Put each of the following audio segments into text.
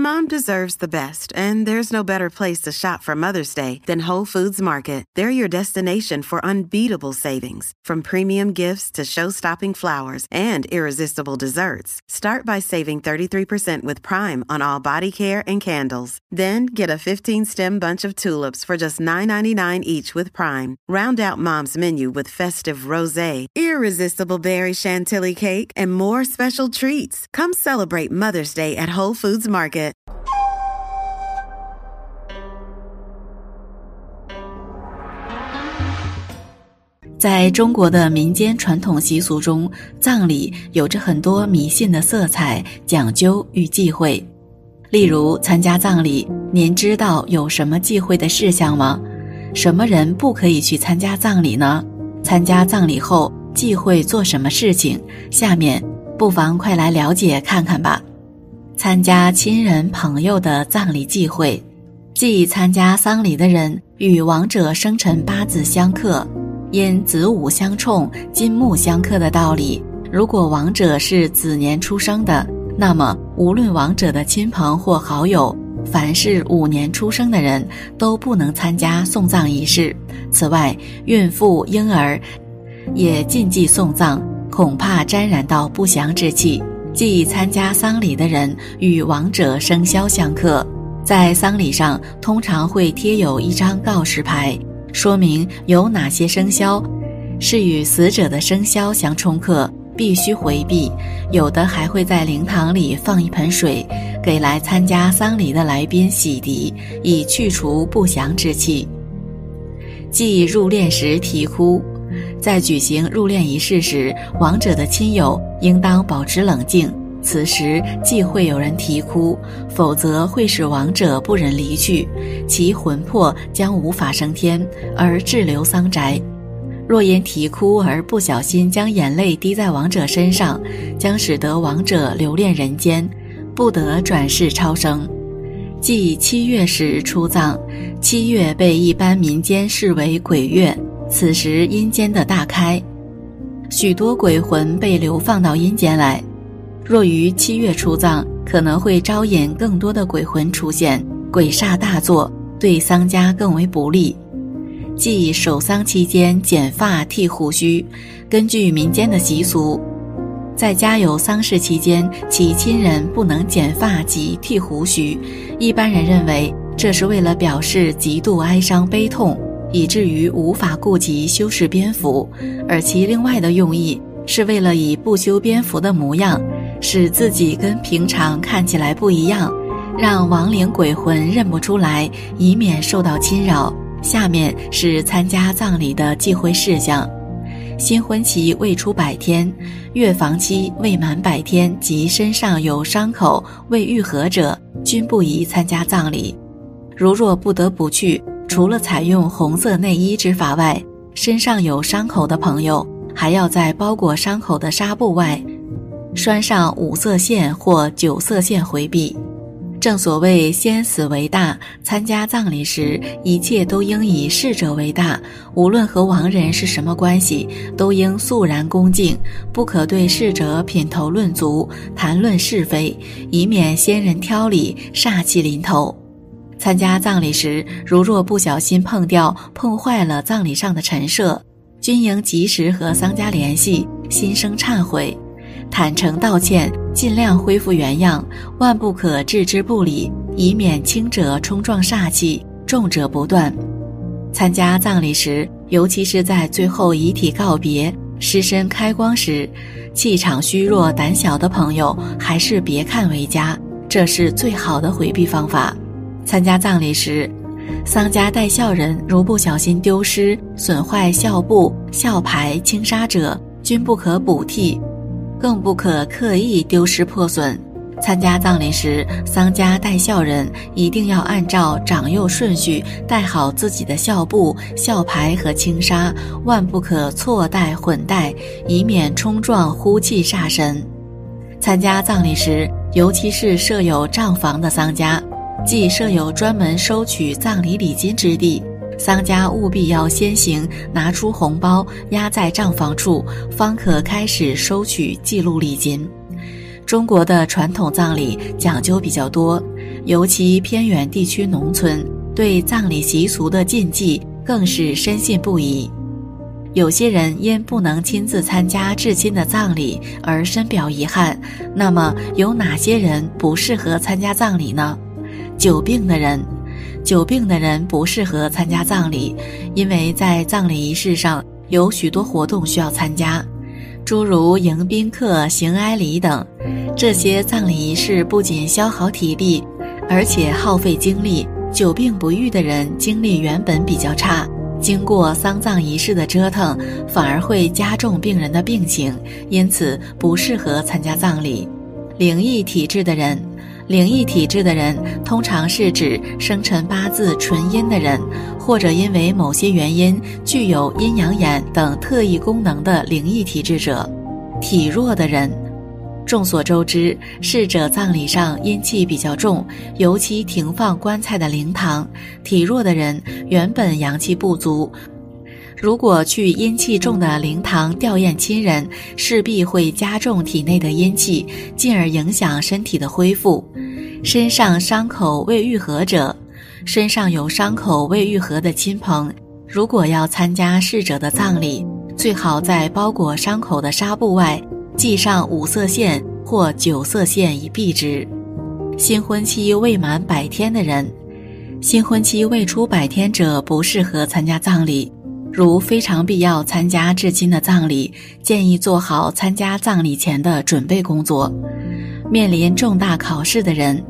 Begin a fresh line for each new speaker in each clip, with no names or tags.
Mom deserves the best, and there's no better place to shop for Mother's Day than Whole Foods Market. They're your destination for unbeatable savings, from premium gifts to show-stopping flowers and irresistible desserts. Start by saving 33% with Prime on all body care and candles. Then get a 15-stem bunch of tulips for just $9.99 each with Prime. Round out Mom's menu with festive rosé, irresistible berry chantilly cake, and more special treats. Come celebrate Mother's Day at Whole Foods Market.
在中国的民间传统习俗中，葬礼有着很多迷信的色彩、讲究与忌讳。例如参加葬礼，您知道有什么忌讳的事项吗？什么人不可以去参加葬礼呢？参加葬礼后忌讳做什么事情？下面不妨快来了解看看吧。参加亲人朋友的葬礼忌讳，忌参加丧礼的人与亡者生辰八字相克。因子午相冲、金木相克的道理，如果亡者是子年出生的，那么无论亡者的亲朋或好友，凡是午年出生的人都不能参加送葬仪式。此外，孕妇、婴儿也禁忌送葬，恐怕沾染到不祥之气。忌参加丧礼的人与亡者生肖相克，在丧礼上通常会贴有一张告示牌，说明有哪些生肖是与死者的生肖相冲克，必须回避。有的还会在灵堂里放一盆水，给来参加丧礼的来宾洗涤，以去除不祥之气。忌入殓时啼哭，在举行入殓仪式时，亡者的亲友应当保持冷静，此时忌讳有人啼哭，否则会使亡者不忍离去，其魂魄将无法升天，而滞留丧宅。若因啼哭而不小心将眼泪滴在亡者身上，将使得亡者留恋人间，不得转世超生。忌7月时出葬，7月被一般民间视为鬼月，此时阴间的大开，许多鬼魂被流放到阴间来。若于7月出葬，可能会招引更多的鬼魂出现，鬼煞大作，对丧家更为不利。忌守丧期间剪发剃胡须，根据民间的习俗，在家有丧事期间，其亲人不能剪发及剃胡须。一般人认为这是为了表示极度哀伤悲痛，以至于无法顾及修饰蝙蝠，而其另外的用意是为了以不修边幅的模样，使自己跟平常看起来不一样，让亡灵鬼魂认不出来，以免受到侵扰。下面是参加葬礼的忌讳事项：新婚期未出100天，月房期未满100天及身上有伤口未愈合者，均不宜参加葬礼。如若不得不去，除了采用红色内衣之法外，身上有伤口的朋友，还要在包裹伤口的纱布外拴上5色线或9色线回避。正所谓先死为大，参加葬礼时，一切都应以逝者为大，无论和亡人是什么关系，都应肃然恭敬，不可对逝者品头论足，谈论是非，以免仙人挑理，煞气临头。参加葬礼时，如若不小心碰坏了葬礼上的陈设，均应及时和丧家联系，心生忏悔，坦诚道歉，尽量恢复原样，万不可置之不理，以免轻者冲撞煞气，重者不断。参加葬礼时，尤其是在最后遗体告别、尸身开光时，气场虚弱胆小的朋友还是别看为佳，这是最好的回避方法。参加葬礼时，丧家带孝人如不小心丢失、损坏孝布、孝牌、轻纱者，均不可补替，更不可刻意丢失破损。参加葬礼时，丧家带孝人一定要按照长幼顺序带好自己的孝布、孝牌和轻纱，万不可错带混带，以免冲撞呼气煞神。参加葬礼时，尤其是设有账房的丧家，即设有专门收取葬礼礼金之地，丧家务必要先行拿出红包压在账房处，方可开始收取记录礼金。 中国的传统葬礼讲究比较多，尤其偏远地区农村，对葬礼习俗的禁忌更是深信不疑。有些人因不能亲自参加至亲的葬礼而深表遗憾，那么有哪些人不适合参加葬礼呢？久病的人不适合参加葬礼，因为在葬礼仪式上有许多活动需要参加，诸如迎宾客、行哀礼等。这些葬礼仪式不仅消耗体力，而且耗费精力。久病不愈的人精力原本比较差，经过丧葬仪式的折腾，反而会加重病人的病情，因此不适合参加葬礼。灵异体质的人通常是指生辰八字纯阴的人，或者因为某些原因具有阴阳眼等特异功能的灵异体质者。体弱的人，众所周知，逝者葬礼上阴气比较重，尤其停放棺材的灵堂，体弱的人原本阳气不足，如果去阴气重的灵堂吊唁亲人，势必会加重体内的阴气，进而影响身体的恢复。身上伤口未愈合者，身上有伤口未愈合的亲朋，如果要参加逝者的葬礼，最好在包裹伤口的纱布外系上5色线或9色线以避之。新婚期未满100天的人，新婚期未出100天者不适合参加葬礼。如非常必要参加至亲的葬礼，建议做好参加葬礼前的准备工作。面临重大考试的人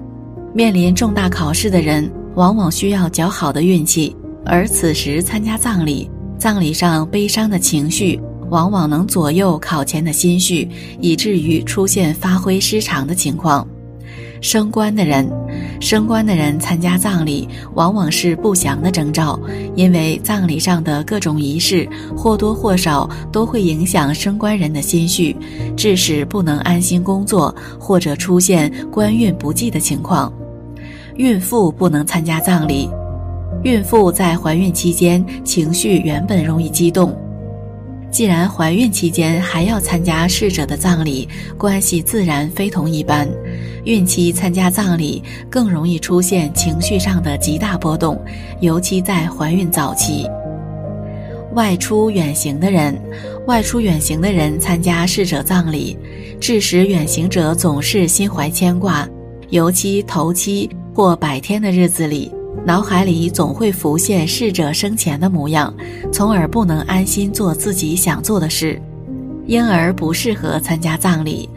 往往需要较好的运气，而此时参加葬礼，葬礼上悲伤的情绪往往能左右考前的心绪，以至于出现发挥失常的情况。升官的人参加葬礼往往是不祥的征兆，因为葬礼上的各种仪式或多或少都会影响升官人的心绪，致使不能安心工作，或者出现官运不济的情况。孕妇不能参加葬礼，孕妇在怀孕期间情绪原本容易激动，既然怀孕期间还要参加逝者的葬礼，关系自然非同一般。孕期参加葬礼更容易出现情绪上的极大波动，尤其在怀孕早期。外出远行的人参加逝者葬礼，致使远行者总是心怀牵挂，尤其头七或100天的日子里，脑海里总会浮现逝者生前的模样，从而不能安心做自己想做的事。婴儿不适合参加葬礼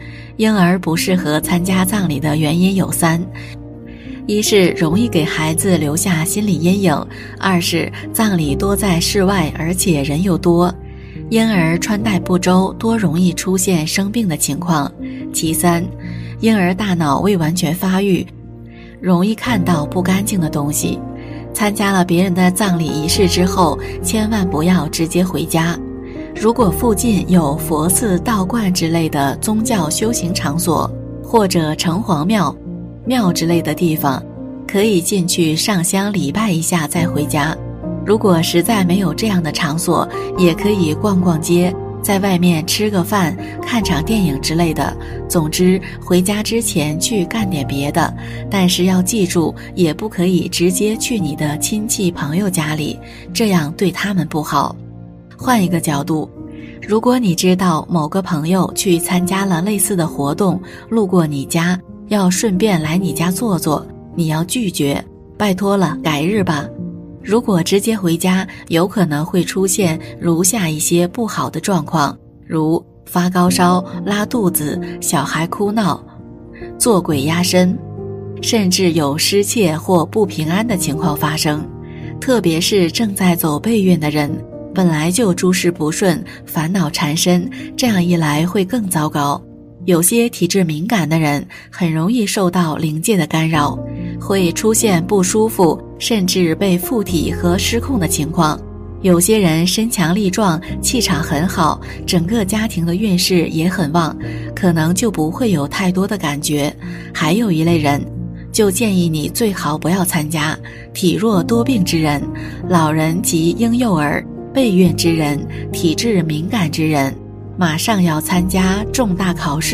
的原因有3：一是容易给孩子留下心理阴影；2是葬礼多在室外，而且人又多，婴儿穿戴不周，多容易出现生病的情况；其3，婴儿大脑未完全发育，容易看到不干净的东西。参加了别人的葬礼仪式之后，千万不要直接回家。如果附近有佛寺、道观之类的宗教修行场所，或者城隍庙之类的地方，可以进去上香礼拜一下再回家。如果实在没有这样的场所，也可以逛逛街，在外面吃个饭、看场电影之类的。总之，回家之前去干点别的，但是要记住，也不可以直接去你的亲戚朋友家里，这样对他们不好。换一个角度，如果你知道某个朋友去参加了类似的活动，路过你家，要顺便来你家坐坐，你要拒绝，拜托了，改日吧。如果直接回家，有可能会出现如下一些不好的状况，如发高烧、拉肚子、小孩哭闹、做鬼压身，甚至有失窃或不平安的情况发生。特别是正在走备孕的人，本来就诸事不顺，烦恼缠身，这样一来会更糟糕。有些体质敏感的人很容易受到灵界的干扰，会出现不舒服，甚至被附体和失控的情况。有些人身强力壮，气场很好，整个家庭的运势也很旺，可能就不会有太多的感觉。还有一类人，就建议你最好不要参加：体弱多病之人、老人及婴幼儿、备孕之人、体质敏感之人、马上要参加重大考试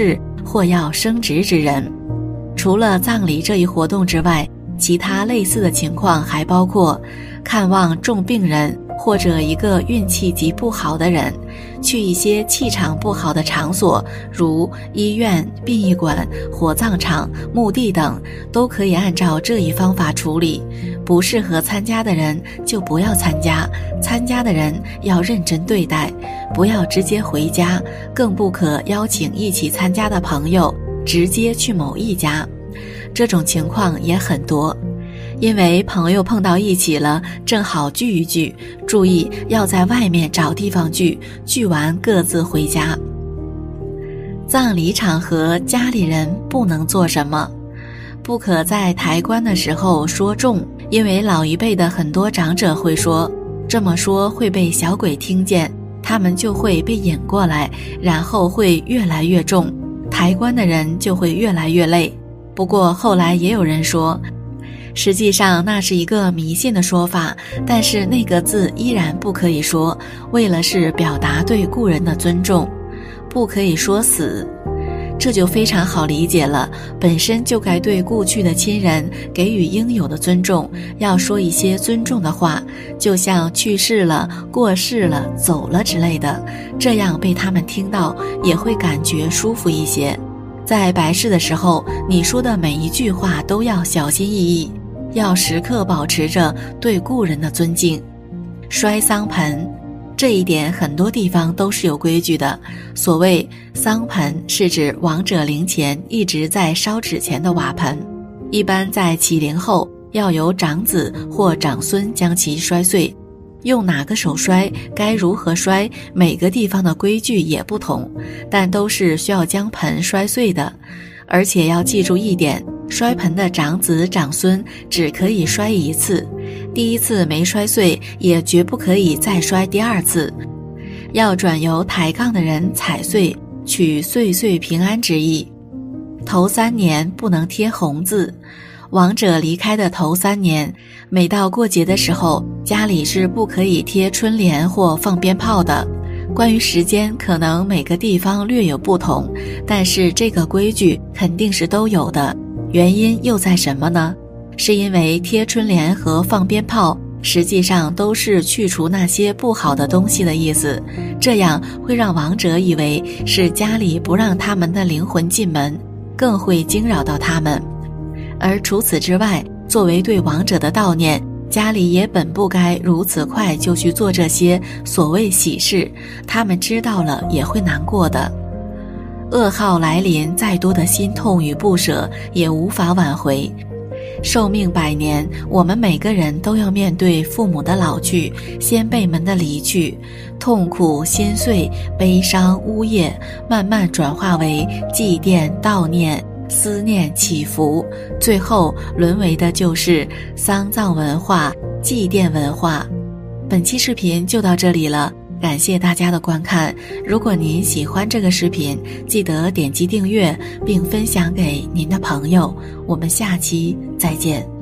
或要升职之人。除了葬礼这一活动之外，其他类似的情况还包括看望重病人，或者一个运气极不好的人，去一些气场不好的场所，如医院、殡仪馆、火葬场、墓地等，都可以按照这一方法处理。不适合参加的人就不要参加，参加的人要认真对待，不要直接回家，更不可邀请一起参加的朋友直接去某一家。这种情况也很多，因为朋友碰到一起了，正好聚一聚，注意要在外面找地方聚，聚完各自回家。葬礼场合家里人不能做什么？不可在抬棺的时候说重，因为老一辈的很多长者会说，这么说会被小鬼听见，他们就会被引过来，然后会越来越重，抬棺的人就会越来越累。不过后来也有人说，实际上那是一个迷信的说法，但是那个字依然不可以说，为了是表达对故人的尊重，不可以说死。这就非常好理解了，本身就该对故去的亲人给予应有的尊重，要说一些尊重的话，就像去世了、过世了、走了之类的，这样被他们听到也会感觉舒服一些。在白事的时候，你说的每一句话都要小心翼翼，要时刻保持着对故人的尊敬。摔丧盆，这一点很多地方都是有规矩的。所谓丧盆是指亡者灵前一直在烧纸钱的瓦盆，一般在起灵后要由长子或长孙将其摔碎。用哪个手摔，该如何摔，每个地方的规矩也不同，但都是需要将盆摔碎的。而且要记住一点，摔盆的长子长孙只可以摔一次，第一次没摔碎也绝不可以再摔第二次，要转由抬杠的人踩碎，取岁岁平安之意。头3年不能贴红字，亡者离开的头3年，每到过节的时候，家里是不可以贴春联或放鞭炮的。关于时间，可能每个地方略有不同，但是这个规矩肯定是都有的。原因又在什么呢？是因为贴春联和放鞭炮实际上都是去除那些不好的东西的意思，这样会让亡者以为是家里不让他们的灵魂进门，更会惊扰到他们。而除此之外，作为对亡者的悼念，家里也本不该如此快就去做这些所谓喜事，他们知道了也会难过的。噩耗来临，再多的心痛与不舍也无法挽回。寿命100年，我们每个人都要面对父母的老去、先辈们的离去，痛苦、心碎、悲伤、呜咽，慢慢转化为祭奠、悼念、思念、祈福，最后沦为的就是丧葬文化、祭奠文化。本期视频就到这里了，感谢大家的观看。如果您喜欢这个视频，记得点击订阅并分享给您的朋友。我们下期再见。